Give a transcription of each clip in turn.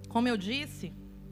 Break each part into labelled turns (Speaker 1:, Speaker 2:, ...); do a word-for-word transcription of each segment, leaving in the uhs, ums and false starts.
Speaker 1: como eu disse,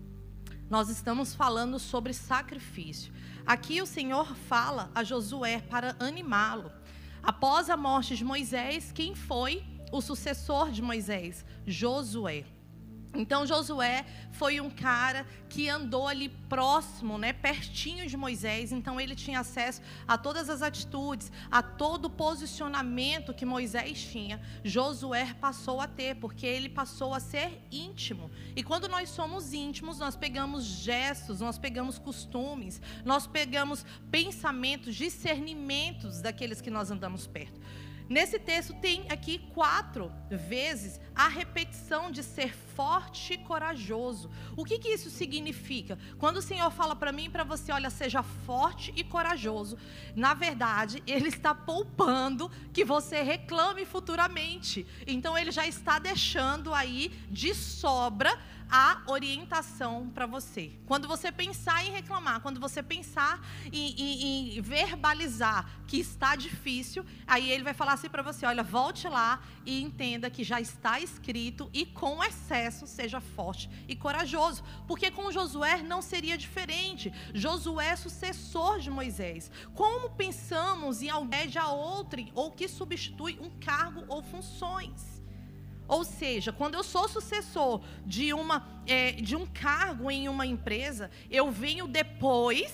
Speaker 1: nós estamos falando sobre sacrifício. Aqui o Senhor fala a Josué para animá-lo. Após a morte de Moisés, quem foi o sucessor de Moisés? Josué. Então Josué foi um cara que andou ali próximo, né, pertinho de Moisés. Então ele tinha acesso a todas as atitudes, a todo o posicionamento que Moisés tinha. Josué passou a ter, porque ele passou a ser íntimo. E quando nós somos íntimos, nós pegamos gestos, nós pegamos costumes, nós pegamos pensamentos, discernimentos daqueles que nós andamos perto. Nesse texto tem aqui quatro vezes a repetição de ser forte e corajoso. O que que isso significa? Quando o Senhor fala para mim e para você, olha, seja forte e corajoso, na verdade, Ele está poupando que você reclame futuramente. Então, Ele já está deixando aí de sobra a orientação para você. Quando você pensar em reclamar, quando você pensar em, em, em verbalizar que está difícil, aí Ele vai falar assim para você, olha, volte lá e entenda que já está escrito, e com excesso seja forte e corajoso. Porque com Josué não seria diferente. Josué é sucessor de Moisés. Como pensamos em alguém de outrem ou que substitui um cargo ou funções? Ou seja, quando eu sou sucessor de, uma, é, de um cargo em uma empresa, eu venho depois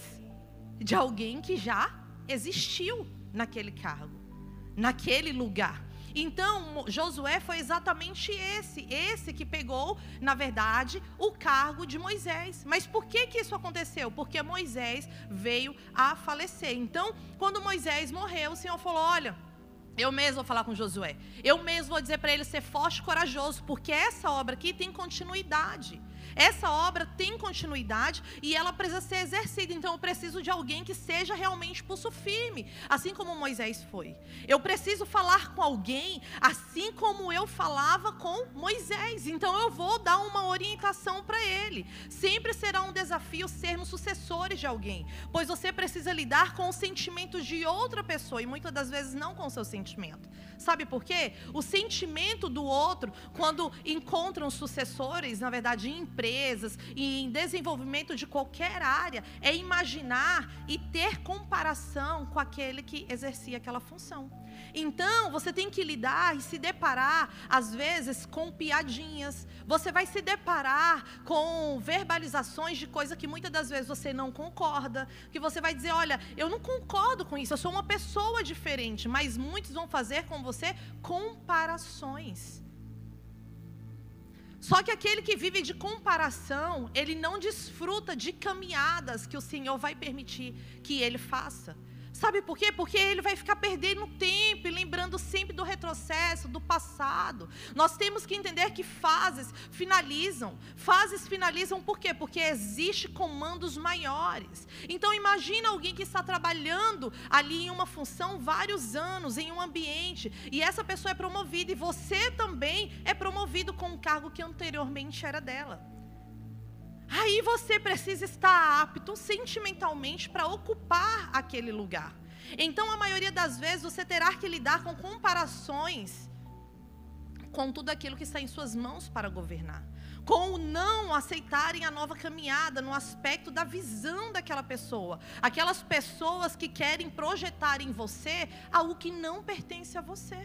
Speaker 1: de alguém que já existiu naquele cargo, naquele lugar. Então, Josué foi exatamente esse, esse que pegou, na verdade, o cargo de Moisés. Mas por que que isso aconteceu? Porque Moisés veio a falecer. Então, quando Moisés morreu, o Senhor falou, olha, eu mesmo vou falar com Josué. Eu mesmo vou dizer para ele ser forte e corajoso, porque essa obra aqui tem continuidade. Essa obra tem continuidade e ela precisa ser exercida. Então eu preciso de alguém que seja realmente pulso firme, assim como Moisés foi. Eu preciso falar com alguém assim como eu falava com Moisés. Então eu vou dar uma orientação para ele. Sempre será um desafio sermos sucessores de alguém, pois você precisa lidar com os sentimentos de outra pessoa e muitas das vezes não com o seu sentimento. Sabe por quê? O sentimento do outro, quando encontram sucessores, na verdade em empresas e em desenvolvimento de qualquer área, é imaginar e ter comparação com aquele que exercia aquela função. Então, você tem que lidar e se deparar, às vezes, com piadinhas. Você vai se deparar com verbalizações de coisa que muitas das vezes você não concorda. Que você vai dizer, olha, eu não concordo com isso, eu sou uma pessoa diferente. Mas muitos vão fazer com você comparações. Só que aquele que vive de comparação, ele não desfruta de caminhadas que o Senhor vai permitir que ele faça. Sabe por quê? Porque ele vai ficar perdendo tempo e lembrando sempre do retrocesso, do passado. Nós temos que entender que fases finalizam. Fases finalizam por quê? Porque existem comandos maiores. Então imagina alguém que está trabalhando ali em uma função vários anos, em um ambiente, e essa pessoa é promovida, e você também é promovido com um cargo que anteriormente era dela. Aí você precisa estar apto sentimentalmente para ocupar aquele lugar. Então, a maioria das vezes, você terá que lidar com comparações com tudo aquilo que está em suas mãos para governar. Com o não aceitarem a nova caminhada no aspecto da visão daquela pessoa. Aquelas pessoas que querem projetar em você algo que não pertence a você.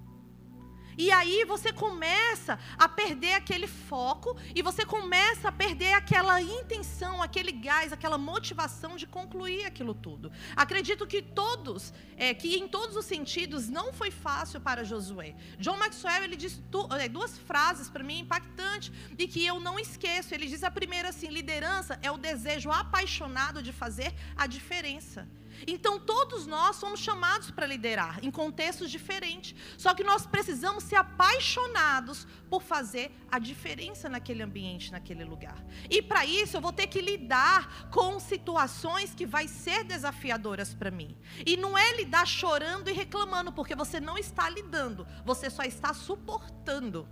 Speaker 1: E aí você começa a perder aquele foco e você começa a perder aquela intenção, aquele gás, aquela motivação de concluir aquilo tudo. Acredito que todos, é, que em todos os sentidos não foi fácil para Josué. John Maxwell, ele diz tu, é, duas frases para mim impactantes e que eu não esqueço. Ele diz a primeira assim, liderança é o desejo apaixonado de fazer a diferença. Então todos nós somos chamados para liderar em contextos diferentes. Só que nós precisamos ser apaixonados por fazer a diferença naquele ambiente, naquele lugar. E para isso eu vou ter que lidar com situações que vai ser desafiadoras para mim. E não é lidar chorando e reclamando, porque você não está lidando, você só está suportando.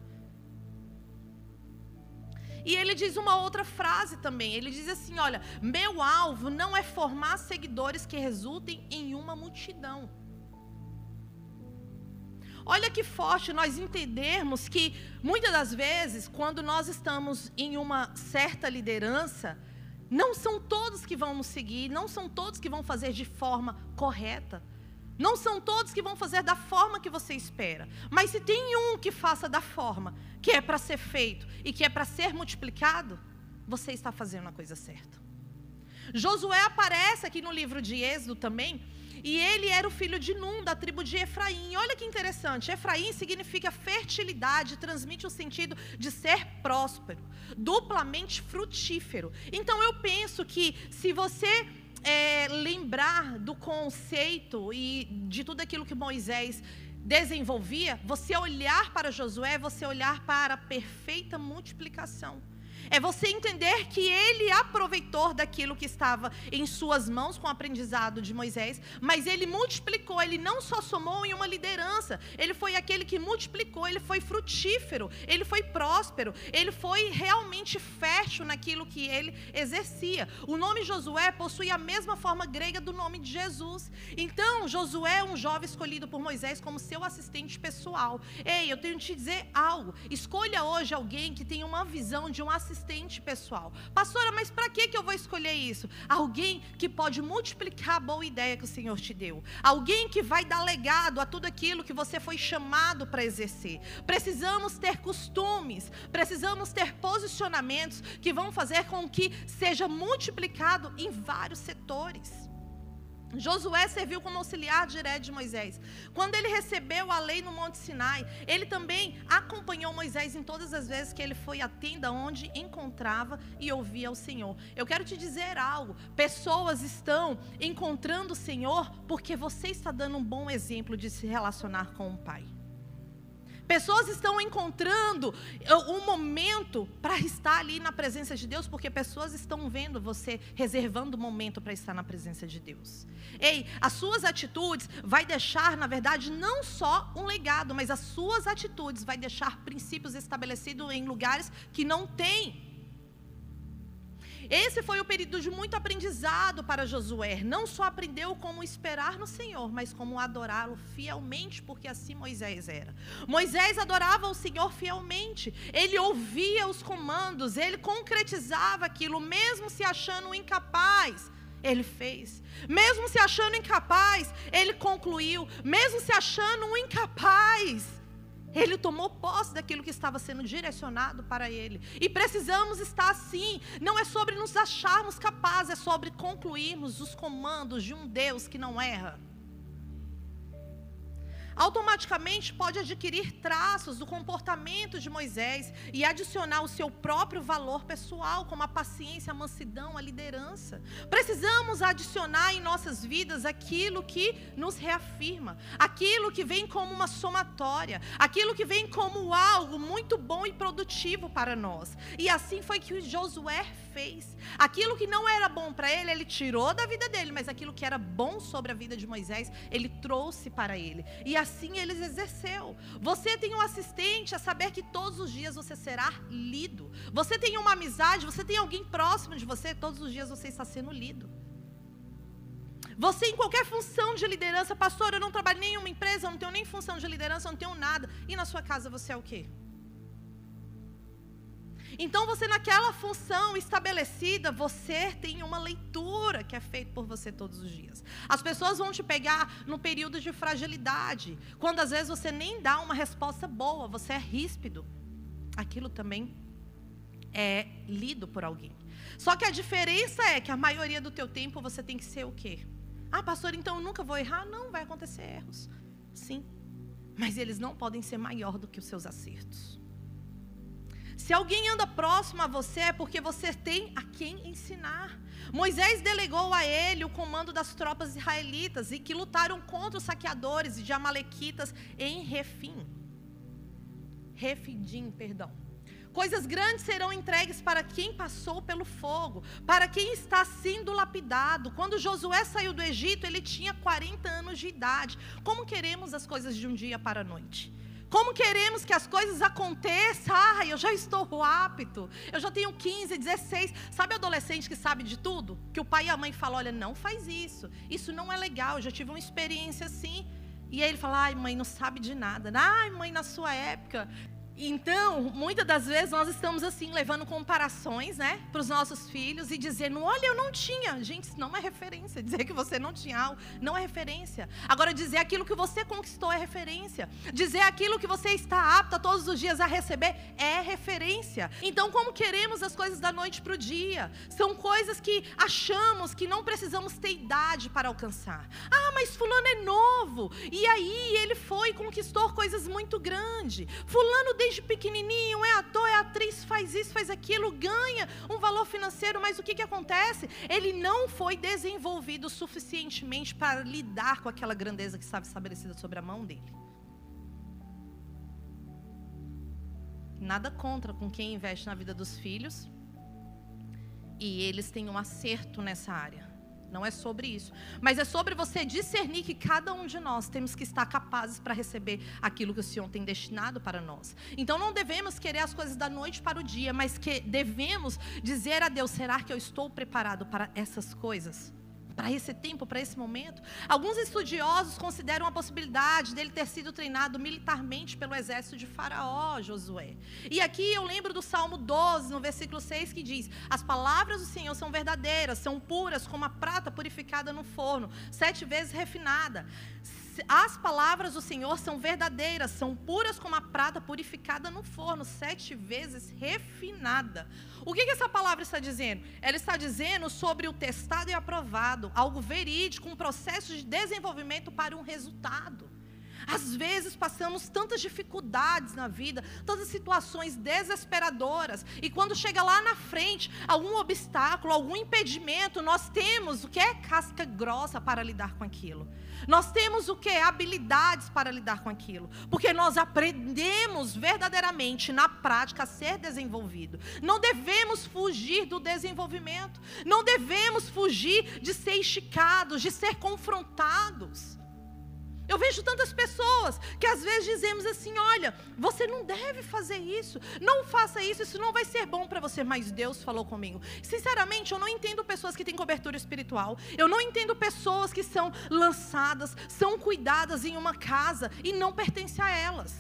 Speaker 1: E ele diz uma outra frase também, ele diz assim, olha, meu alvo não é formar seguidores que resultem em uma multidão. Olha que forte nós entendermos que, muitas das vezes, quando nós estamos em uma certa liderança, não são todos que vão nos seguir, não são todos que vão fazer de forma correta. Não são todos que vão fazer da forma que você espera. Mas se tem um que faça da forma que é para ser feito e que é para ser multiplicado, você está fazendo a coisa certa. Josué aparece aqui no livro de Êxodo também, e ele era o filho de Num, da tribo de Efraim. Olha que interessante, Efraim significa fertilidade, transmite o sentido de ser próspero, duplamente frutífero. Então eu penso que se você é, lembrar do conceito e de tudo aquilo que Moisés desenvolvia, você olhar para Josué, você olhar para a perfeita multiplicação. É você entender que ele aproveitou daquilo que estava em suas mãos com o aprendizado de Moisés, mas ele multiplicou, ele não só somou em uma liderança, ele foi aquele que multiplicou, ele foi frutífero, ele foi próspero, ele foi realmente fértil naquilo que ele exercia. O nome Josué possui a mesma forma grega do nome de Jesus. Então, Josué é um jovem escolhido por Moisés como seu assistente pessoal. Ei, eu tenho que te dizer algo, escolha hoje alguém que tenha uma visão de um assistente assistente pessoal. Pastora, mas para que que eu vou escolher isso? Alguém que pode multiplicar a boa ideia que o Senhor te deu. Alguém que vai dar legado a tudo aquilo que você foi chamado para exercer. Precisamos ter costumes, precisamos ter posicionamentos que vão fazer com que seja multiplicado em vários setores. Josué serviu como auxiliar direto de Moisés. Quando ele recebeu a lei no Monte Sinai, ele também acompanhou Moisés em todas as vezes que ele foi à tenda onde encontrava e ouvia o Senhor. Eu quero te dizer algo, pessoas estão encontrando o Senhor porque você está dando um bom exemplo de se relacionar com o Pai. Pessoas estão encontrando um momento para estar ali na presença de Deus, porque pessoas estão vendo você reservando um momento para estar na presença de Deus. Ei, as suas atitudes vai deixar, na verdade, não só um legado, mas as suas atitudes vai deixar princípios estabelecidos em lugares que não tem. Esse foi o período de muito aprendizado para Josué. Não só aprendeu como esperar no Senhor, mas como adorá-lo fielmente, porque assim Moisés era. Moisés adorava o Senhor fielmente. Ele ouvia os comandos, ele concretizava aquilo, mesmo se achando incapaz. Ele fez. Mesmo se achando incapaz, ele concluiu. Mesmo se achando um incapaz, ele tomou posse daquilo que estava sendo direcionado para ele. E precisamos estar assim. Não é sobre nos acharmos capazes, é sobre concluirmos os comandos de um Deus que não erra. Automaticamente pode adquirir traços do comportamento de Moisés e adicionar o seu próprio valor pessoal, como a paciência, a mansidão, a liderança. Precisamos adicionar em nossas vidas aquilo que nos reafirma, aquilo que vem como uma somatória, aquilo que vem como algo muito bom e produtivo para nós. E assim foi que Josué fez. Aquilo que não era bom para ele, ele tirou da vida dele, mas aquilo que era bom sobre a vida de Moisés, ele trouxe para ele. E assim ele exerceu. Você tem um assistente a saber que todos os dias você será lido. Você tem uma amizade, você tem alguém próximo de você, todos os dias você está sendo lido. Você em qualquer função de liderança, pastor, eu não trabalho em nenhuma empresa, eu não tenho nem função de liderança, eu não tenho nada. E na sua casa você é o quê? Então você naquela função estabelecida, você tem uma leitura que é feita por você todos os dias. As pessoas vão te pegar no período de fragilidade, quando às vezes você nem dá uma resposta boa, você é ríspido. Aquilo também é lido por alguém. Só que a diferença é que a maioria do teu tempo você tem que ser o quê? Ah, pastor, então eu nunca vou errar? Não, vai acontecer erros. Sim, mas eles não podem ser maior do que os seus acertos. Se alguém anda próximo a você, é porque você tem a quem ensinar. Moisés delegou a ele o comando das tropas israelitas e que lutaram contra os saqueadores de amalequitas em Refim. Refidim, perdão. Coisas grandes serão entregues para quem passou pelo fogo, para quem está sendo lapidado. Quando Josué saiu do Egito, ele tinha quarenta anos de idade. Como queremos as coisas de um dia para a noite? Como queremos que as coisas aconteçam? Ah, eu já estou apto, eu já tenho quinze, dezesseis. Sabe adolescente que sabe de tudo? Que o pai e a mãe falam, olha, não faz isso, isso não é legal, eu já tive uma experiência assim. E aí ele fala, ai mãe, não sabe de nada. Ai mãe, na sua época. Então, muitas das vezes nós estamos assim, levando comparações, né, para os nossos filhos e dizendo, olha, eu não tinha. Gente, isso não é referência. Dizer que você não tinha algo não é referência. Agora, dizer aquilo que você conquistou é referência. Dizer aquilo que você está apta todos os dias a receber é referência. Então, como queremos as coisas da noite para o dia? São coisas que achamos que não precisamos ter idade para alcançar. Ah, mas fulano é novo. E aí, ele foi e conquistou coisas muito grandes. Fulano desde pequenininho, é ator, é atriz, faz isso, faz aquilo, ganha um valor financeiro, mas o que, que acontece? Ele não foi desenvolvido suficientemente para lidar com aquela grandeza que estava estabelecida sobre a mão dele. Nada contra com quem investe na vida dos filhos, e eles têm um acerto nessa área. Não é sobre isso, mas é sobre você discernir que cada um de nós temos que estar capazes para receber aquilo que o Senhor tem destinado para nós. Então não devemos querer as coisas da noite para o dia, mas que devemos dizer a Deus, será que eu estou preparado para essas coisas? Para esse tempo, para esse momento? Alguns estudiosos consideram a possibilidade dele ter sido treinado militarmente pelo exército de Faraó, Josué. E aqui eu lembro do Salmo doze, no versículo seis, que diz, as palavras do Senhor são verdadeiras, são puras como a prata purificada no forno, sete vezes refinada. As palavras do Senhor são verdadeiras, são puras como a prata purificada no forno, sete vezes refinada. O que, que essa palavra está dizendo? Ela está dizendo sobre o testado e aprovado, algo verídico, um processo de desenvolvimento para um resultado. Às vezes passamos tantas dificuldades na vida, tantas situações desesperadoras, e quando chega lá na frente, algum obstáculo, algum impedimento, nós temos o que é casca grossa para lidar com aquilo. Nós temos o que é habilidades para lidar com aquilo, porque nós aprendemos verdadeiramente na prática a ser desenvolvido. Não devemos fugir do desenvolvimento, não devemos fugir de ser esticados, de ser confrontados. Eu vejo tantas pessoas que às vezes dizemos assim, olha, você não deve fazer isso, não faça isso, isso não vai ser bom para você, mas Deus falou comigo. Sinceramente, eu não entendo pessoas que têm cobertura espiritual, eu não entendo pessoas que são lançadas, são cuidadas em uma casa e não pertencem a elas.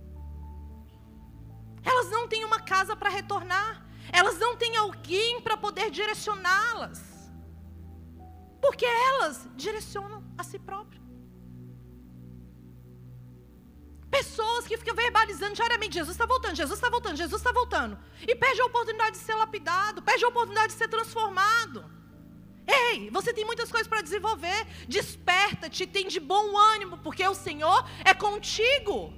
Speaker 1: Elas não têm uma casa para retornar, elas não têm alguém para poder direcioná-las, porque elas direcionam a si próprias. Pessoas que ficam verbalizando diariamente, Jesus está voltando, Jesus está voltando, Jesus está voltando. E perde a oportunidade de ser lapidado, perde a oportunidade de ser transformado. Ei, você tem muitas coisas para desenvolver. Desperta-te, tem de bom ânimo, porque o Senhor é contigo.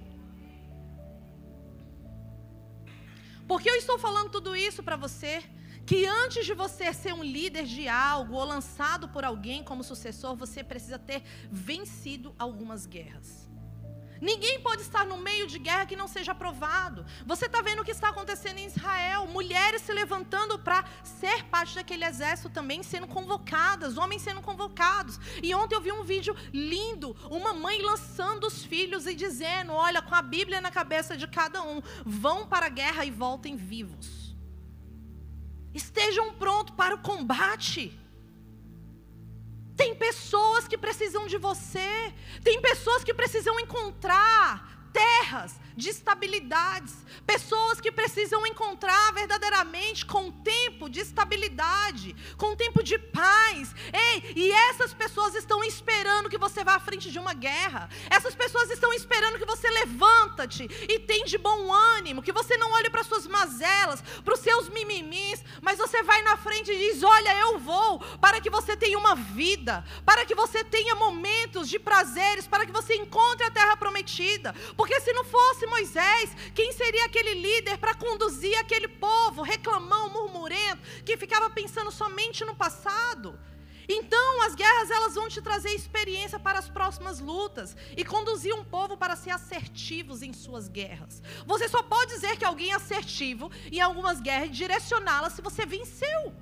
Speaker 1: Por que eu estou falando tudo isso para você? Que antes de você ser um líder de algo, ou lançado por alguém como sucessor, você precisa ter vencido algumas guerras. Ninguém pode estar no meio de guerra que não seja aprovado. Você está vendo o que está acontecendo em Israel. Mulheres se levantando para ser parte daquele exército também, sendo convocadas. Homens sendo convocados. E ontem eu vi um vídeo lindo. Uma mãe lançando os filhos e dizendo, olha, com a Bíblia na cabeça de cada um, vão para a guerra e voltem vivos. Estejam prontos para o combate. Tem pessoas que precisam de você. Tem pessoas que precisam encontrar terras de estabilidades. Pessoas que precisam encontrar verdadeiramente com tempo de estabilidade, com tempo de paz. Ei, e essas pessoas estão esperando que você vá à frente de uma guerra. Essas pessoas estão esperando que você levanta-te e tem de bom ânimo, que você não olhe para suas mazelas, para os seus mimimis, mas você vai na frente e diz, olha, eu vou, para que você tenha uma vida, para que você tenha momentos de prazeres, para que você encontre a terra prometida. Porque se não fosse Moisés, quem seria aquele líder para conduzir aquele povo reclamão, murmurento, que ficava pensando somente no passado? Então as guerras, elas vão te trazer experiência para as próximas lutas e conduzir um povo para ser assertivos em suas guerras. Você só pode dizer que alguém é assertivo em algumas guerras e direcioná-las se você venceu.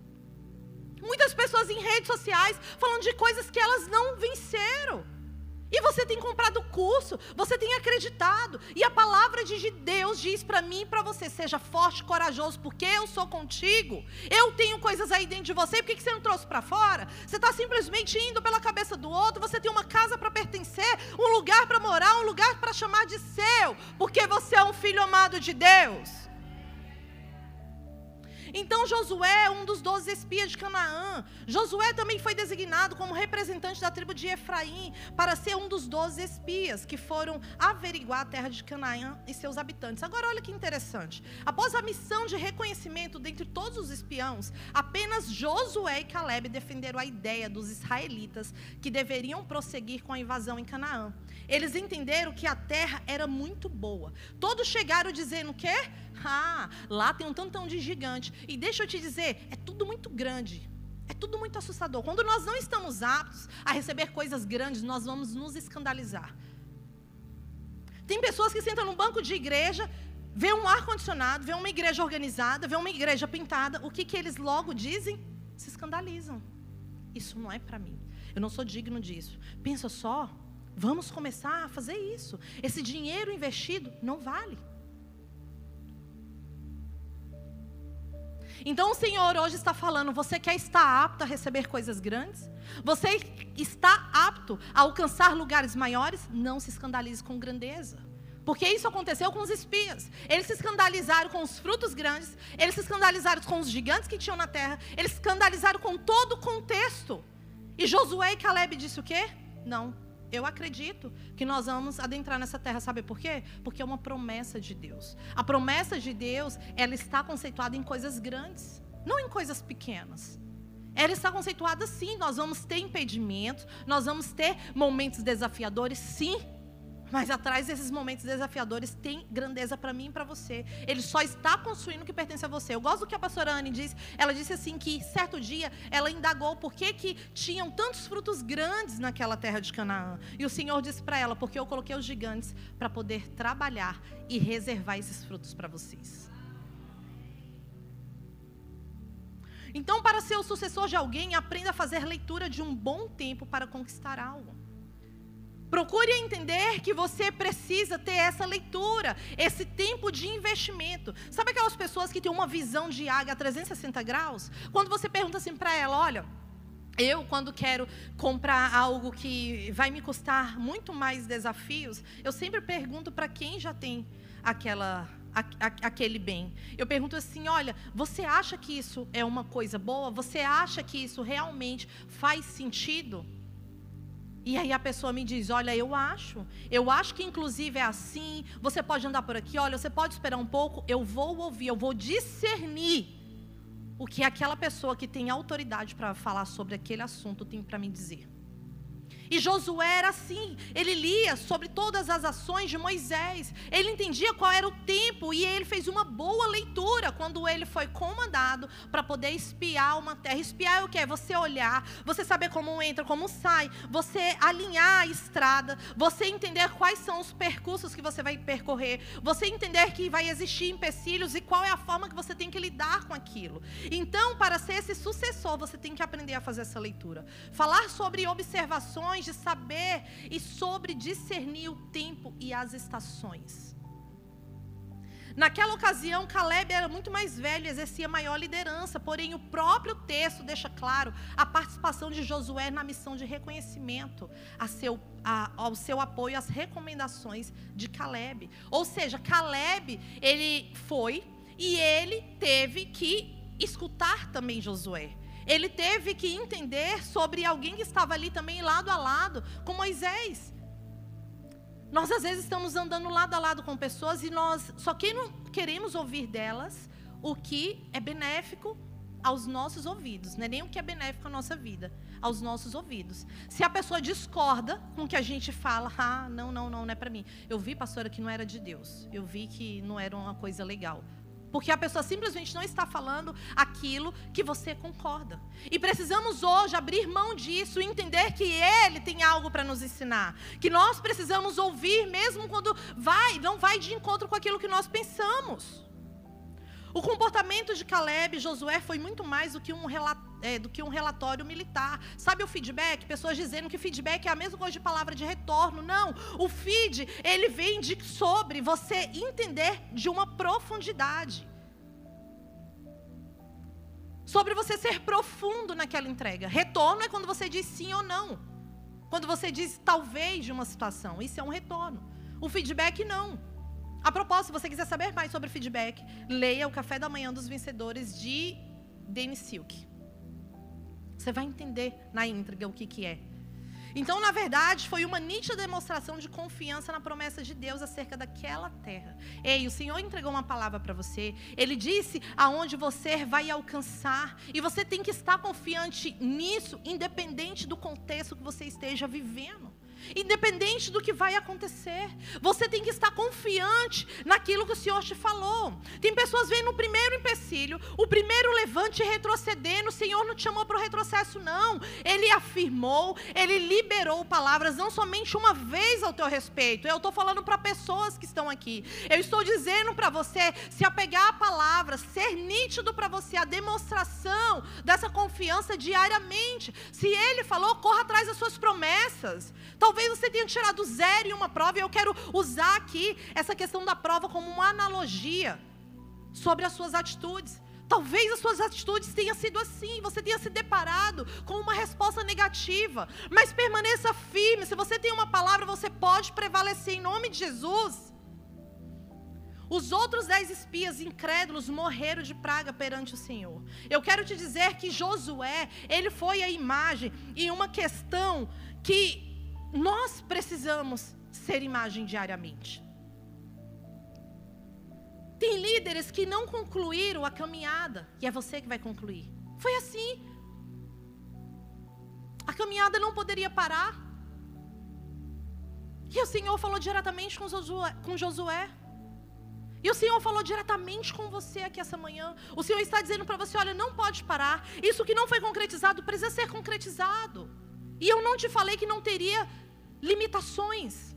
Speaker 1: Muitas pessoas em redes sociais falando de coisas que elas não venceram. E você tem comprado curso, você tem acreditado. E a palavra de Deus diz para mim e para você: seja forte e corajoso, porque eu sou contigo. Eu tenho coisas aí dentro de você, por que que você não trouxe para fora? Você está simplesmente indo pela cabeça do outro. Você tem uma casa para pertencer, um lugar para morar, um lugar para chamar de seu, porque você é um filho amado de Deus. Então Josué é um dos doze espias de Canaã. Josué também foi designado como representante da tribo de Efraim para ser um dos doze espias que foram averiguar a terra de Canaã e seus habitantes. Agora olha que interessante. Após a missão de reconhecimento dentre todos os espiões, apenas Josué e Calebe defenderam a ideia dos israelitas que deveriam prosseguir com a invasão em Canaã. Eles entenderam que a terra era muito boa. Todos chegaram dizendo o quê? Ah, lá tem um tantão de gigante. E deixa eu te dizer, é tudo muito grande. É tudo muito assustador. Quando nós não estamos aptos a receber coisas grandes, nós vamos nos escandalizar. Tem pessoas que sentam num banco de igreja, vê um ar-condicionado, vê uma igreja organizada, vê uma igreja pintada. O que que eles logo dizem? Se escandalizam. Isso não é para mim. Eu não sou digno disso. Pensa só, vamos começar a fazer isso. Esse dinheiro investido não vale. Então o Senhor hoje está falando: você quer estar apto a receber coisas grandes? Você está apto a alcançar lugares maiores? Não se escandalize com grandeza. Porque isso aconteceu com os espias. Eles se escandalizaram com os frutos grandes, eles se escandalizaram com os gigantes que tinham na terra, eles se escandalizaram com todo o contexto. E Josué e Calebe disse o quê? Não, eu acredito que nós vamos adentrar nessa terra. Sabe por quê? Porque é uma promessa de Deus. A promessa de Deus, ela está conceituada em coisas grandes, não em coisas pequenas. Ela está conceituada sim, nós vamos ter impedimentos, nós vamos ter momentos desafiadores, sim. Mas atrás desses momentos desafiadores tem grandeza para mim e para você. Ele só está construindo o que pertence a você. Eu gosto do que a pastora Anne disse. Ela disse assim que certo dia ela indagou por que que tinham tantos frutos grandes naquela terra de Canaã. E o Senhor disse para ela: porque eu coloquei os gigantes para poder trabalhar e reservar esses frutos para vocês. Então, para ser o sucessor de alguém, aprenda a fazer leitura de um bom tempo para conquistar algo. Procure entender que você precisa ter essa leitura, esse tempo de investimento. Sabe aquelas pessoas que têm uma visão de águia a trezentos e sessenta graus? Quando você pergunta assim para ela: olha, eu quando quero comprar algo que vai me custar muito mais desafios, eu sempre pergunto para quem já tem aquela, a, a, aquele bem. Eu pergunto assim: olha, você acha que isso é uma coisa boa? Você acha que isso realmente faz sentido? E aí a pessoa me diz: olha, eu acho, eu acho que inclusive é assim, você pode andar por aqui, olha, você pode esperar um pouco, eu vou ouvir, eu vou discernir o que aquela pessoa que tem autoridade para falar sobre aquele assunto tem para me dizer. E Josué era assim, ele lia sobre todas as ações de Moisés, ele entendia qual era o tempo e ele fez uma boa leitura quando ele foi comandado para poder espiar uma terra. Espiar é o que? É você olhar, você saber como entra, como sai, você alinhar a estrada, você entender quais são os percursos que você vai percorrer, você entender que vai existir empecilhos e qual é a forma que você tem que lidar com aquilo. Então, para ser esse sucessor, você tem que aprender a fazer essa leitura. Falar sobre observações, de saber e sobre discernir o tempo e as estações. Naquela ocasião, Calebe era muito mais velho e exercia maior liderança, porém o próprio texto deixa claro a participação de Josué na missão de reconhecimento a seu, a, ao seu apoio às recomendações de Calebe. Ou seja, Calebe, ele foi e ele teve que escutar também Josué. Ele teve que entender sobre alguém que estava ali também lado a lado com Moisés. Nós às vezes estamos andando lado a lado com pessoas e nós só queremos ouvir delas o que é benéfico aos nossos ouvidos. Não é nem o que é benéfico à nossa vida, aos nossos ouvidos. Se a pessoa discorda com o que a gente fala: ah, não, não, não, não é para mim. Eu vi, pastora, que não era de Deus. Eu vi que não era uma coisa legal. Porque a pessoa simplesmente não está falando aquilo que você concorda. E precisamos hoje abrir mão disso e entender que Ele tem algo para nos ensinar. Que nós precisamos ouvir mesmo quando vai, não vai de encontro com aquilo que nós pensamos. O comportamento de Calebe e Josué foi muito mais do que um é, do que um relatório militar. Sabe o feedback? Pessoas dizendo que feedback é a mesma coisa de palavra de retorno. Não, o feed, ele vem de sobre você entender de uma profundidade. Sobre você ser profundo naquela entrega. Retorno é quando você diz sim ou não. Quando você diz talvez de uma situação. Isso é um retorno. O feedback não. A propósito, se você quiser saber mais sobre feedback, leia o Café da Manhã dos Vencedores de Danny Silk. Você vai entender na íntegra o que, que é. Então, na verdade, foi uma nítida demonstração de confiança na promessa de Deus acerca daquela terra. Ei, o Senhor entregou uma palavra para você. Ele disse aonde você vai alcançar. E você tem que estar confiante nisso, independente do contexto que você esteja vivendo. Independente do que vai acontecer, você tem que estar confiante naquilo que o Senhor te falou. Tem pessoas vendo o primeiro empecilho, o primeiro levante e retrocedendo. O Senhor não te chamou para o retrocesso, não. Ele afirmou, Ele liberou palavras não somente uma vez ao teu respeito. Eu estou falando para pessoas que estão aqui. Eu estou dizendo para você se apegar à palavra, ser nítido para você a demonstração dessa confiança diariamente. Se Ele falou, corra atrás das suas promessas. Talvez você tenha tirado zero em uma prova, e eu quero usar aqui essa questão da prova como uma analogia sobre as suas atitudes. Talvez as suas atitudes tenham sido assim, você tenha se deparado com uma resposta negativa, mas permaneça firme. Se você tem uma palavra, você pode prevalecer em nome de Jesus. Os outros dez espias incrédulos morreram de praga perante o Senhor. Eu quero te dizer que Josué, ele foi a imagem em uma questão que nós precisamos ser imagem diariamente. Tem líderes que não concluíram a caminhada, e é você que vai concluir. Foi assim. A caminhada não poderia parar. E o Senhor falou diretamente com Josué. Com Josué. E o Senhor falou diretamente com você aqui essa manhã. O Senhor está dizendo para você, olha, não pode parar. Isso que não foi concretizado precisa ser concretizado. E eu não te falei que não teria limitações.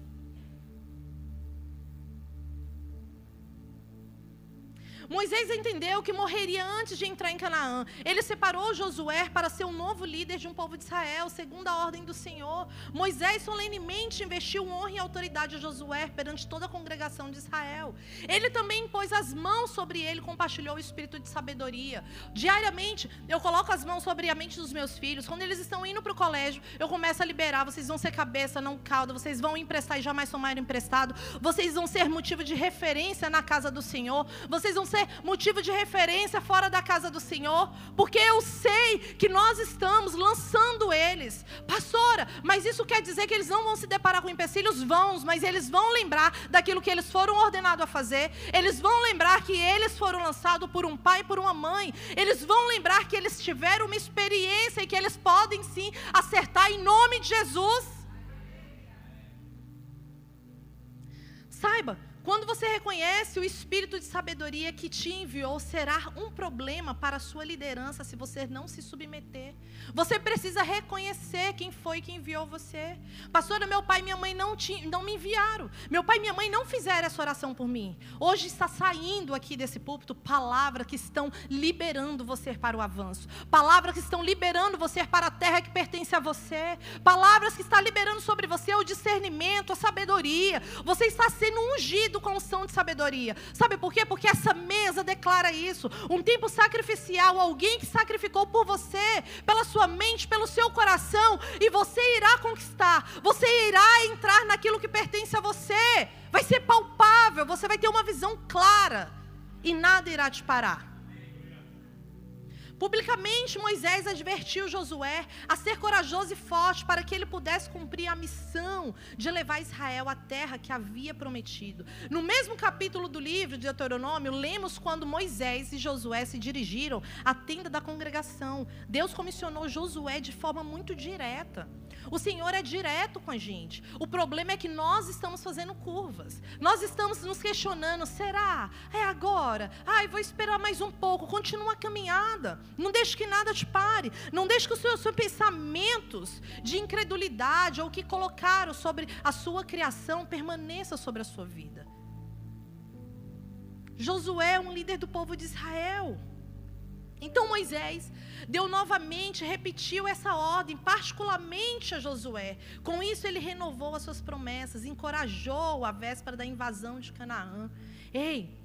Speaker 1: Moisés entendeu que morreria antes de entrar em Canaã. Ele separou Josué para ser o novo líder de um povo de Israel, segundo a ordem do Senhor. Moisés solenemente investiu honra e autoridade a Josué perante toda a congregação de Israel. Ele também pôs as mãos sobre ele e compartilhou o espírito de sabedoria. Diariamente, eu coloco as mãos sobre a mente dos meus filhos. Quando eles estão indo para o colégio, eu começo a liberar. Vocês vão ser cabeça, não cauda. Vocês vão emprestar e jamais tomaram emprestado. Vocês vão ser motivo de referência na casa do Senhor. Vocês vão ser motivo de referência fora da casa do Senhor, porque eu sei que nós estamos lançando eles. Pastora, mas isso quer dizer que eles não vão se deparar com empecilhos? Vão, mas eles vão lembrar daquilo que eles foram ordenados a fazer. Eles vão lembrar que eles foram lançados por um pai e por uma mãe. Eles vão lembrar que eles tiveram uma experiência e que eles podem sim acertar em nome de Jesus. Saiba, quando você reconhece o espírito de sabedoria que te enviou, será um problema para a sua liderança se você não se submeter. Você precisa reconhecer quem foi que enviou você. Pastora, meu pai e minha mãe não, te, não me enviaram. Meu pai e minha mãe não fizeram essa oração por mim. Hoje está saindo aqui desse púlpito palavras que estão liberando você para o avanço. Palavras que estão liberando você para a terra que pertence a você. Palavras que estão liberando sobre você o discernimento, a sabedoria. Você está sendo ungido com unção de sabedoria. Sabe por quê? Porque essa mesa declara isso. Um tempo sacrificial, alguém que sacrificou por você, pela sua mente, pelo seu coração, e você irá conquistar. Você irá entrar naquilo que pertence a você. Vai ser palpável, você vai ter uma visão clara e nada irá te parar. Publicamente, Moisés advertiu Josué a ser corajoso e forte para que ele pudesse cumprir a missão de levar Israel à terra que havia prometido. No mesmo capítulo do livro de Deuteronômio, lemos quando Moisés e Josué se dirigiram à tenda da congregação. Deus comissionou Josué de forma muito direta. O Senhor é direto com a gente. O problema é que nós estamos fazendo curvas. Nós estamos nos questionando, será? É agora? Ai, vou esperar mais um pouco. Continua a caminhada. Não deixe que nada te pare. Não deixe que os seus, seus pensamentos de incredulidade ou que colocaram sobre a sua criação permaneça sobre a sua vida. Josué é um líder do povo de Israel. Então Moisés deu novamente, repetiu essa ordem, particularmente a Josué. Com isso ele renovou as suas promessas, encorajou a véspera da invasão de Canaã. Ei,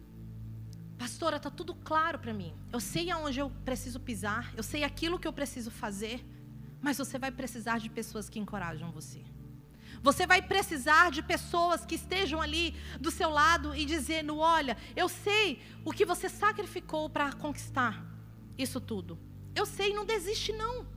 Speaker 1: pastora, está tudo claro para mim. Eu sei aonde eu preciso pisar, eu sei aquilo que eu preciso fazer, mas você vai precisar de pessoas que encorajam você. Você vai precisar de pessoas que estejam ali do seu lado e dizendo: olha, eu sei o que você sacrificou para conquistar isso tudo. Eu sei, não desiste não.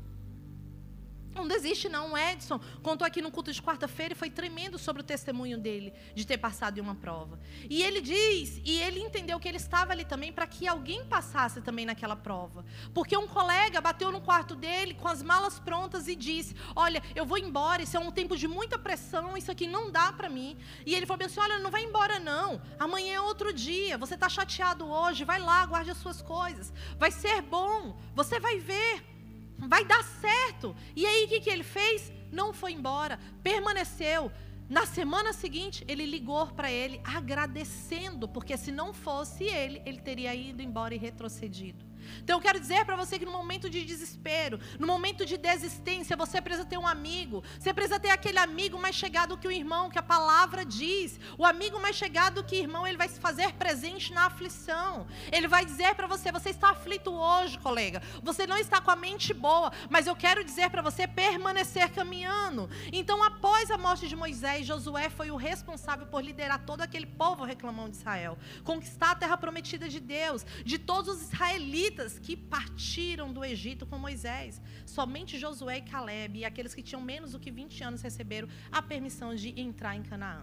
Speaker 1: Não desiste não. O Edson contou aqui no culto de quarta-feira e foi tremendo sobre o testemunho dele, de ter passado em uma prova. E ele diz, e ele entendeu que ele estava ali também para que alguém passasse também naquela prova. Porque um colega bateu no quarto dele com as malas prontas e disse: olha, eu vou embora, isso é um tempo de muita pressão, isso aqui não dá para mim. E ele falou assim: olha, não vai embora não, amanhã é outro dia, você está chateado hoje, vai lá, guarde as suas coisas, vai ser bom, você vai ver. Vai dar certo. E aí o que, que ele fez? Não foi embora, permaneceu. Na semana seguinte ele ligou para ele agradecendo, porque se não fosse ele, ele teria ido embora e retrocedido. Então eu quero dizer para você que no momento de desespero, no momento de desistência, você precisa ter um amigo. Você precisa ter aquele amigo mais chegado que o irmão, que a palavra diz. O amigo mais chegado que o irmão, ele vai se fazer presente na aflição. Ele vai dizer para você: você está aflito hoje, colega, você não está com a mente boa, mas eu quero dizer para você permanecer caminhando. Então, após a morte de Moisés, Josué foi o responsável por liderar todo aquele povo reclamão de Israel, conquistar a terra prometida de Deus, de todos os israelitas que partiram do Egito com Moisés. Somente Josué e Caleb e aqueles que tinham menos do que vinte anos receberam a permissão de entrar em Canaã.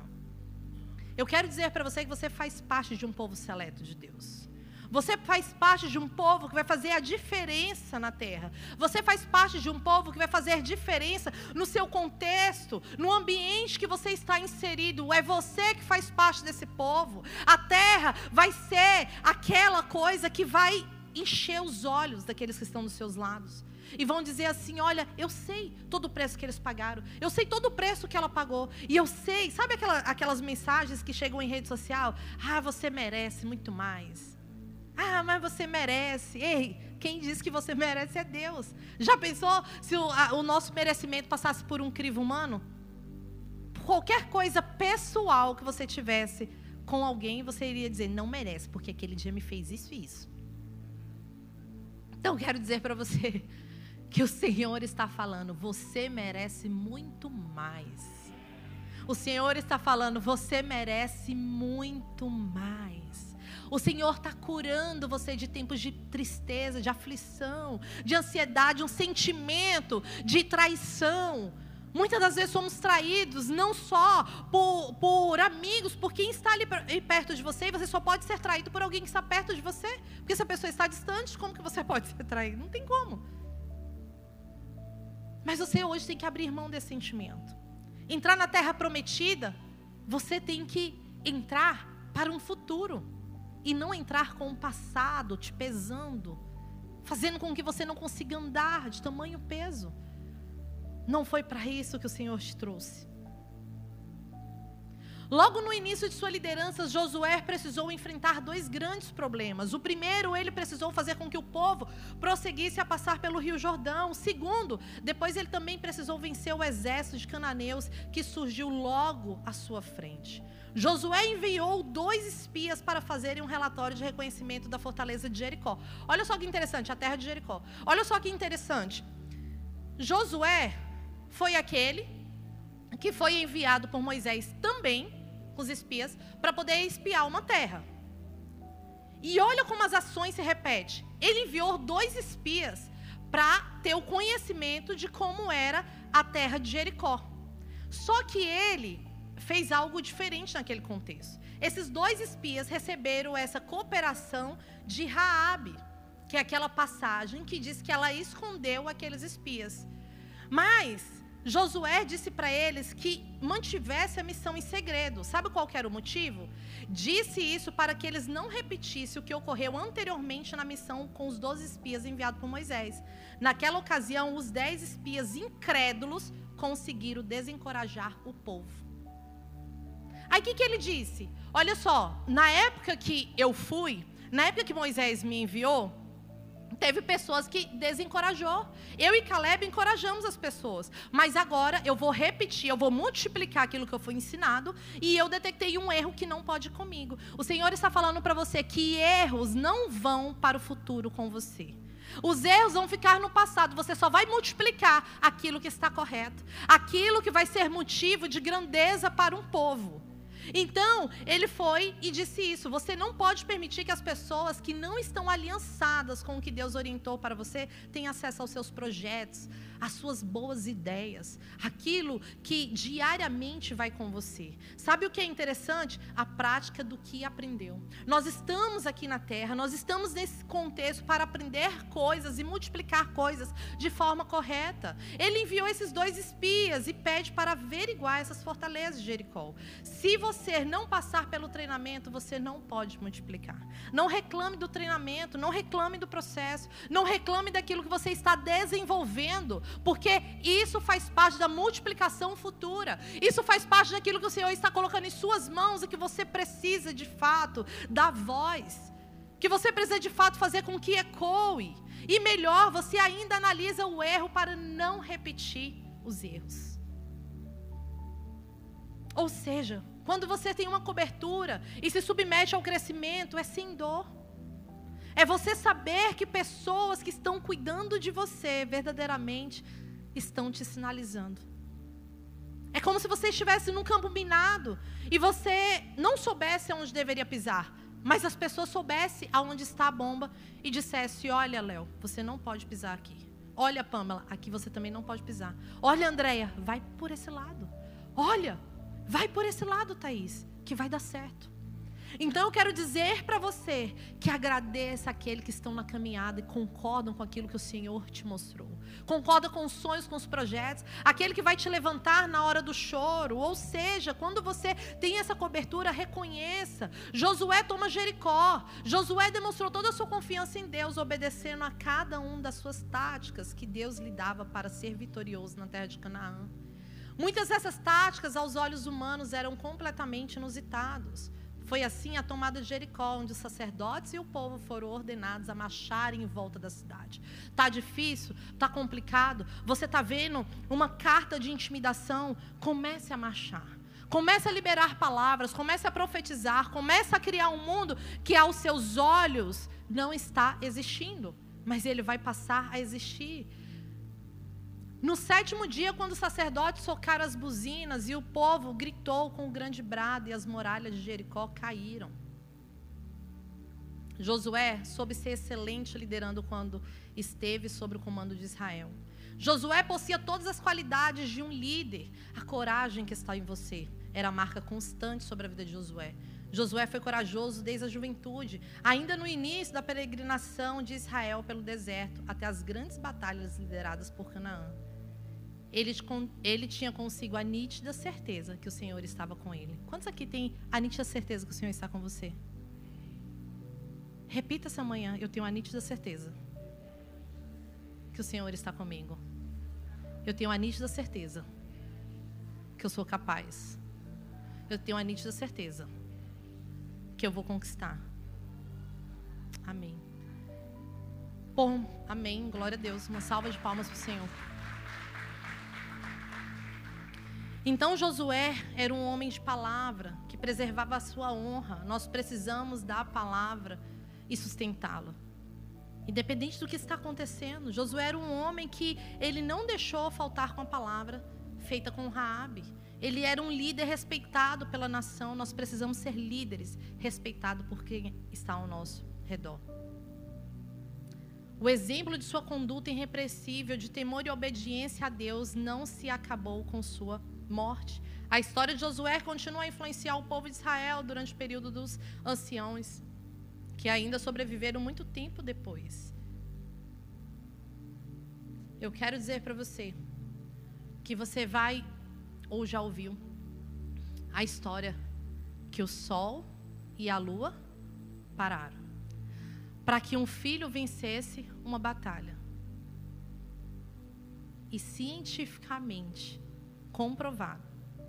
Speaker 1: Eu quero dizer para você que você faz parte de um povo seleto de Deus. Você faz parte de um povo que vai fazer a diferença na terra. Você faz parte de um povo que vai fazer diferença no seu contexto, no ambiente que você está inserido. É você que faz parte desse povo. A terra vai ser aquela coisa que vai encher os olhos daqueles que estão dos seus lados. E vão dizer assim: olha, eu sei todo o preço que eles pagaram, eu sei todo o preço que ela pagou, e eu sei, sabe aquela, aquelas mensagens que chegam em rede social? Ah, você merece muito mais. Ah, mas você merece. Ei, quem diz que você merece é Deus. Já pensou se o, a, o nosso merecimento passasse por um crivo humano? Qualquer coisa pessoal que você tivesse com alguém, você iria dizer: não merece, porque aquele dia me fez isso e isso. Então, quero dizer para você que o Senhor está falando: você merece muito mais. O Senhor está falando: você merece muito mais. O Senhor está curando você de tempos de tristeza, de aflição, de ansiedade, um sentimento de traição. Muitas das vezes somos traídos não só por, por amigos, por quem está ali perto de você, e você só pode ser traído por alguém que está perto de você. Porque se a pessoa está distante, como que você pode ser traído? Não tem como. Mas você hoje tem que abrir mão desse sentimento. Entrar na terra prometida, você tem que entrar para um futuro. E não entrar com o passado te pesando, fazendo com que você não consiga andar de tamanho peso. Não foi para isso que o Senhor te trouxe. Logo no início de sua liderança, Josué precisou enfrentar dois grandes problemas. O primeiro, ele precisou fazer com que o povo prosseguisse a passar pelo Rio Jordão. O segundo, depois ele também precisou vencer o exército de cananeus que surgiu logo à sua frente. Josué enviou dois espias para fazerem um relatório de reconhecimento da fortaleza de Jericó. Olha só que interessante, a terra de Jericó. Olha só que interessante. Josué foi aquele que foi enviado por Moisés também, com os espias, para poder espiar uma terra. E olha como as ações se repetem. Ele enviou dois espias para ter o conhecimento de como era a terra de Jericó. Só que ele fez algo diferente naquele contexto. Esses dois espias receberam essa cooperação de Raabe, que é aquela passagem que diz que ela escondeu aqueles espias. Mas Josué disse para eles que mantivesse a missão em segredo. Sabe qual que era o motivo? Disse isso para que eles não repetissem o que ocorreu anteriormente na missão com os doze espias enviados por Moisés. Naquela ocasião, os dez espias incrédulos conseguiram desencorajar o povo. Aí o que, que ele disse? Olha só, na época que eu fui, na época que Moisés me enviou, Teve pessoas que desencorajou. Eu e Caleb encorajamos as pessoas. Mas agora eu vou repetir, eu vou multiplicar aquilo que eu fui ensinado. E eu detectei um erro que não pode ir comigo. O Senhor está falando para você que erros não vão para o futuro com você. Os erros vão ficar no passado. Você só vai multiplicar aquilo que está correto. Aquilo que vai ser motivo de grandeza para um povo. Então, ele foi e disse isso: você não pode permitir que as pessoas que não estão aliançadas com o que Deus orientou para você tenham acesso aos seus projetos, às suas boas ideias, aquilo que diariamente vai com você. Sabe o que é interessante? A prática do que aprendeu. Nós estamos aqui na terra, nós estamos nesse contexto para aprender coisas e multiplicar coisas de forma correta. Ele enviou esses dois espias e pede para averiguar essas fortalezas de Jericó. Se você você não passar pelo treinamento, você não pode multiplicar. Não reclame do treinamento, não reclame do processo, não reclame daquilo que você está desenvolvendo, porque isso faz parte da multiplicação futura. Isso faz parte daquilo que o Senhor está colocando em suas mãos e que você precisa de fato dar voz, que você precisa de fato fazer com que ecoe. E melhor, você ainda analisa o erro para não repetir os erros. Ou seja, quando você tem uma cobertura e se submete ao crescimento, é sem dor. É você saber que pessoas que estão cuidando de você verdadeiramente estão te sinalizando. É como se você estivesse num campo minado e você não soubesse aonde deveria pisar, mas as pessoas soubessem aonde está a bomba e dissessem: olha, Léo, você não pode pisar aqui. Olha, Pamela, aqui você também não pode pisar. Olha, Andréia, vai por esse lado. Olha, vai por esse lado, Thaís, que vai dar certo. Então eu quero dizer para você que agradeça aqueles que estão na caminhada e concordam com aquilo que o Senhor te mostrou. Concorda com os sonhos, com os projetos. Aquele que vai te levantar na hora do choro. Ou seja, quando você tem essa cobertura, reconheça. Josué toma Jericó. Josué demonstrou toda a sua confiança em Deus, obedecendo a cada uma das suas táticas que Deus lhe dava para ser vitorioso na terra de Canaã. Muitas dessas táticas, aos olhos humanos, eram completamente inusitados. Foi assim a tomada de Jericó, onde os sacerdotes e o povo foram ordenados a marcharem em volta da cidade. Está difícil? Está complicado? Você está vendo uma carta de intimidação? Comece a marchar. Comece a liberar palavras, comece a profetizar, comece a criar um mundo que aos seus olhos não está existindo, mas ele vai passar a existir. No sétimo dia, quando os sacerdotes socaram as buzinas e o povo gritou com um grande brado e as muralhas de Jericó caíram. Josué soube ser excelente liderando quando esteve sob o comando de Israel. Josué possuía todas as qualidades de um líder. A coragem que está em você era a marca constante sobre a vida de Josué. Josué foi corajoso desde a juventude, ainda no início da peregrinação de Israel pelo deserto, até as grandes batalhas lideradas por Canaã. Ele, ele tinha consigo a nítida certeza que o Senhor estava com ele. Quantos aqui têm a nítida certeza que o Senhor está com você? Repita essa manhã: eu tenho a nítida certeza que o Senhor está comigo. Eu tenho a nítida certeza que eu sou capaz. Eu tenho a nítida certeza que eu vou conquistar. Amém. Bom, amém. Glória a Deus. Uma salva de palmas para o Senhor. Então Josué era um homem de palavra, que preservava a sua honra. Nós precisamos da palavra e sustentá-la. Independente do que está acontecendo, Josué era um homem que ele não deixou faltar com a palavra feita com Raabe. Ele era um líder respeitado pela nação. Nós precisamos ser líderes respeitados por quem está ao nosso redor. O exemplo de sua conduta irrepreensível, de temor e obediência a Deus, não se acabou com sua morte. A história de Josué continua a influenciar o povo de Israel durante o período dos anciãos, que ainda sobreviveram muito tempo depois. Eu quero dizer para você que você vai, ou já ouviu, a história que o sol e a lua pararam para que um filho vencesse uma batalha. E cientificamente comprovado,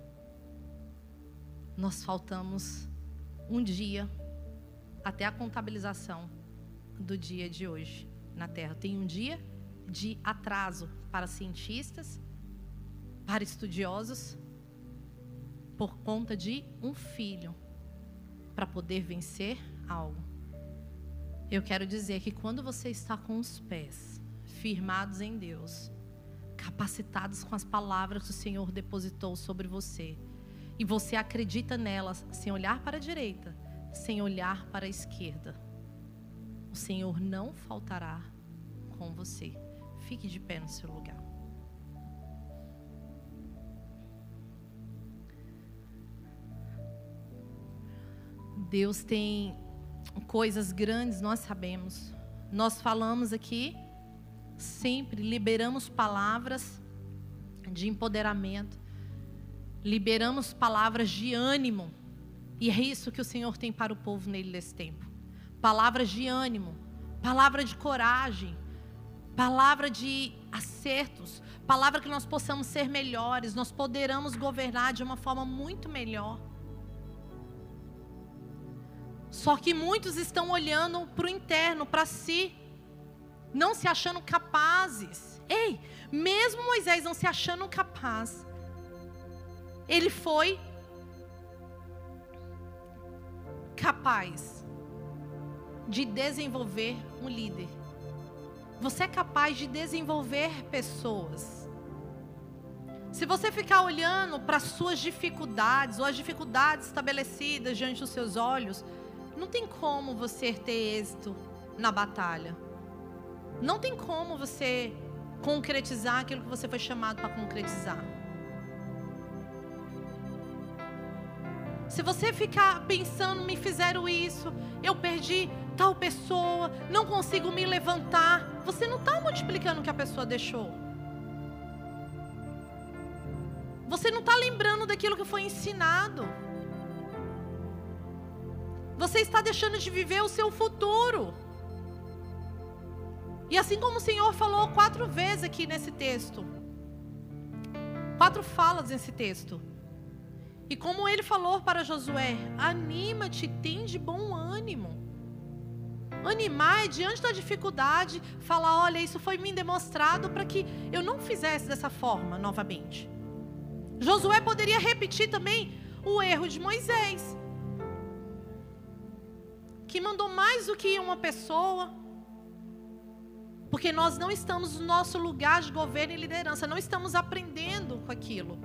Speaker 1: nós faltamos um dia até a contabilização do dia de hoje. na Terra. Tem um dia de atraso para cientistas, para estudiosos, por conta de um filho, para poder vencer algo. Eu quero dizer que quando você está com os pés firmados em Deus, capacitados com as palavras que o Senhor depositou sobre você, e você acredita nelas, sem olhar para a direita, sem olhar para a esquerda, o Senhor não faltará com você. Fique de pé no seu lugar. Deus tem coisas grandes, nós sabemos. Nós falamos aqui, sempre liberamos palavras de empoderamento, liberamos palavras de ânimo. E é isso que o Senhor tem para o povo nele nesse tempo. Palavras de ânimo, palavra de coragem, palavra de acertos, palavra que nós possamos ser melhores, nós poderamos governar de uma forma muito melhor. Só que muitos estão olhando para o interno, para si, não se achando capazes. Ei, mesmo Moisés não se achando capaz, ele foi capaz de desenvolver um líder. Você é capaz de desenvolver pessoas. Se você ficar olhando para as suas dificuldades, ou as dificuldades estabelecidas diante dos seus olhos, não tem como você ter êxito na batalha. Não tem como você concretizar aquilo que você foi chamado para concretizar. Se você ficar pensando, me fizeram isso, eu perdi tal pessoa, não consigo me levantar, você não está multiplicando o que a pessoa deixou. Você não está lembrando daquilo que foi ensinado. Você está deixando de viver o seu futuro. E assim como o Senhor falou quatro vezes aqui nesse texto, quatro falas nesse texto, e como ele falou para Josué, anima-te, tem de bom ânimo. Animar é diante da dificuldade, falar, olha, isso foi me demonstrado para que eu não fizesse dessa forma novamente. Josué poderia repetir também o erro de Moisés, que mandou mais do que uma pessoa, porque nós não estamos no nosso lugar de governo e liderança, não estamos aprendendo com aquilo.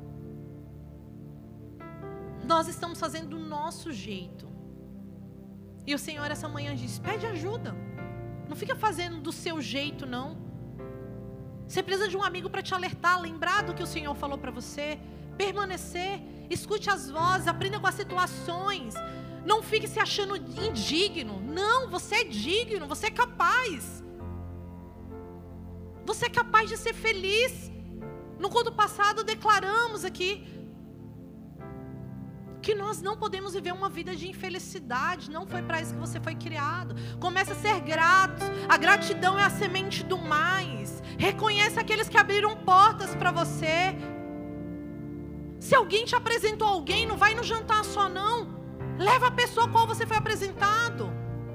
Speaker 1: Nós estamos fazendo do nosso jeito. E o Senhor essa manhã diz, pede ajuda. Não fica fazendo do seu jeito, não. Você precisa de um amigo para te alertar, lembrar do que o Senhor falou para você, permanecer, escute as vozes, aprenda com as situações. Não fique se achando indigno. Não, você é digno, você é capaz. Você é capaz de ser feliz. No culto passado declaramos aqui que nós não podemos viver uma vida de infelicidade. Não foi para isso que você foi criado. Comece a ser grato. A gratidão é a semente do mais. Reconheça aqueles que abriram portas para você. Se alguém te apresentou alguém, não vai no jantar só não. Leva a pessoa a qual você foi apresentado.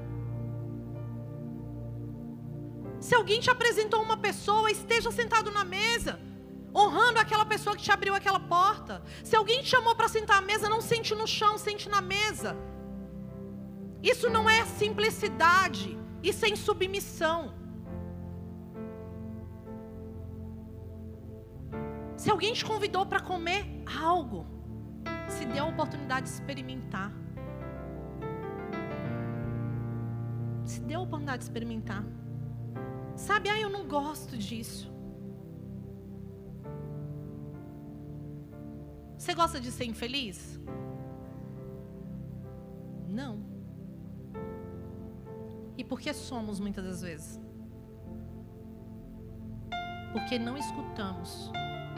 Speaker 1: Se alguém te apresentou uma pessoa, esteja sentado na mesa, honrando aquela pessoa que te abriu aquela porta. Se alguém te chamou para sentar à mesa, não sente no chão, sente na mesa. Isso não é simplicidade, isso é insubmissão. Se alguém te convidou para comer algo, se dê a oportunidade de experimentar. Se dê a oportunidade de experimentar. Sabe, ah, eu não gosto disso. Você gosta de ser infeliz? Não. E por que somos muitas das vezes? Porque não escutamos.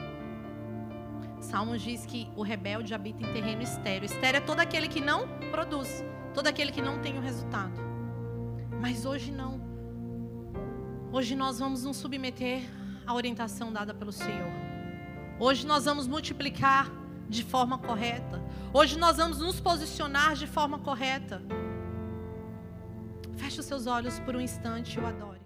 Speaker 1: Salmos diz que o rebelde habita em terreno estéril. Estéril é todo aquele que não produz, todo aquele que não tem o resultado. Mas hoje não. Hoje nós vamos nos submeter à orientação dada pelo Senhor. Hoje nós vamos multiplicar de forma correta. Hoje nós vamos nos posicionar de forma correta. Feche os seus olhos por um instante e o adore.